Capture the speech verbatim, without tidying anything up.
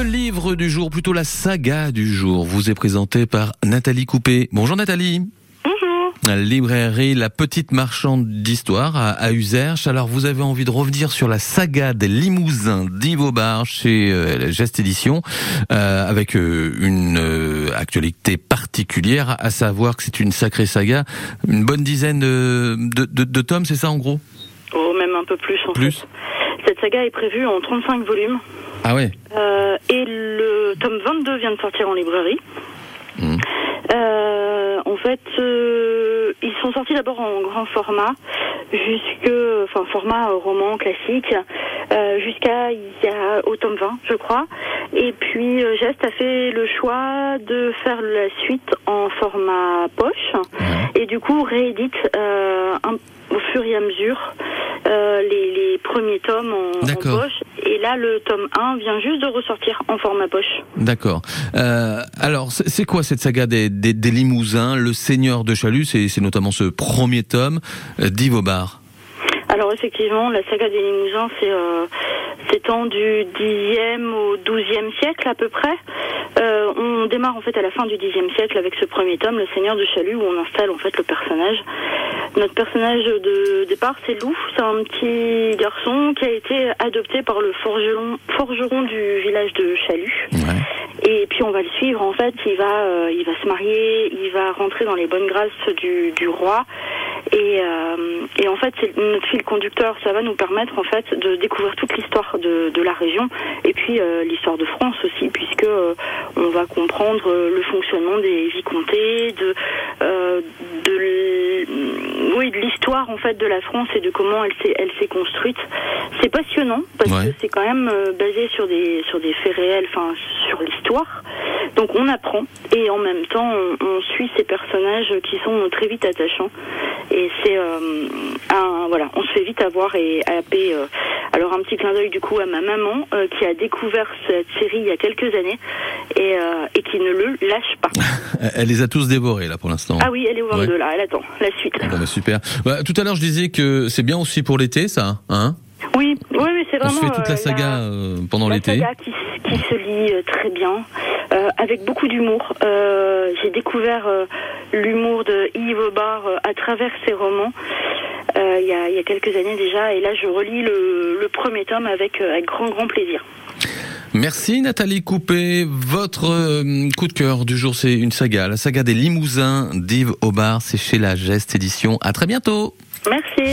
Le livre du jour, plutôt la saga du jour, vous est présenté par Nathalie Coupé. Bonjour Nathalie. Bonjour. La librairie La Petite Marchande d'Histoire à, à Uzerche. Alors vous avez envie de revenir sur la saga des Limousins d'Yves Aubard chez euh, Geste Éditions, euh, avec euh, une euh, actualité particulière, à savoir que c'est une sacrée saga, une bonne dizaine de, de, de, de tomes, c'est ça en gros ? Oh, même un peu plus en Plus. fait. Cette saga est prévue en trente-cinq volumes. Ah ouais. Euh, et le tome vingt-deux vient de sortir en librairie. Mmh. Euh, en fait, euh, ils sont sortis d'abord en grand format, jusque, enfin format roman classique, euh, jusqu'à il y a au tome vingt, je crois. Et puis euh, Geste a fait le choix de faire la suite en format poche, mmh. et du coup réédite euh, un, au fur et à mesure euh, les, les premiers tomes en, en poche. Et là, le tome un vient juste de ressortir en format poche. D'accord. Euh, alors, c'est, c'est quoi cette saga des, des, des Limousins, Le Seigneur de Chalus, c'est, c'est notamment ce premier tome euh, d'Yves Aubard. Alors effectivement, la saga des Limousins, c'est euh, s'étend du dixième au douzième siècle à peu près. Euh, on démarre en fait à la fin du dixième siècle avec ce premier tome, Le Seigneur de Chalus, où on installe en fait le personnage. Notre personnage de départ, c'est Lou, c'est un petit garçon qui a été adopté par le forgeron, forgeron du village de Chalus. Ouais. Et puis on va le suivre en fait, il va, euh, il va se marier, il va rentrer dans les bonnes grâces du, du roi. Et, euh, et en fait, c'est notre fil conducteur. Ça va nous permettre en fait de découvrir toute l'histoire de, de la région et puis euh, l'histoire de France aussi, puisque euh, on va comprendre euh, le fonctionnement des vicomtés, de, euh, de, oui, de l'histoire en fait de la France et de comment elle s'est, elle s'est construite. C'est passionnant parce ouais. que c'est quand même euh, basé sur des, sur des faits réels, enfin sur l'histoire. Donc on apprend et en même temps on, on suit ces personnages qui sont très vite attachants. Et c'est euh, un voilà, on se fait vite avoir et happer. Euh, alors un petit clin d'œil du coup à ma maman euh, qui a découvert cette série il y a quelques années et, euh, et qui ne le lâche pas. Elle les a tous dévorés là pour l'instant. Ah oui, elle est au vingt-deux ouais. là, elle attend la suite. Bon, bah, super. Bah, tout à l'heure je disais que c'est bien aussi pour l'été ça, hein ? Oui, oui, oui, c'est vraiment. On se fait toute la saga la, euh, pendant la l'été. La saga qui, qui se lit euh, très bien, euh, avec beaucoup d'humour. Euh, j'ai découvert euh, l'humour de Yves Aubard euh, à travers ses romans. Euh, il y a, il y a quelques années déjà, et là je relis le, le premier tome avec, euh, avec grand grand plaisir. Merci Nathalie Coupé. Votre euh, coup de cœur du jour, c'est une saga, la saga des Limousins d'Yves Aubard, c'est chez la Geste Éditions. À très bientôt. Merci.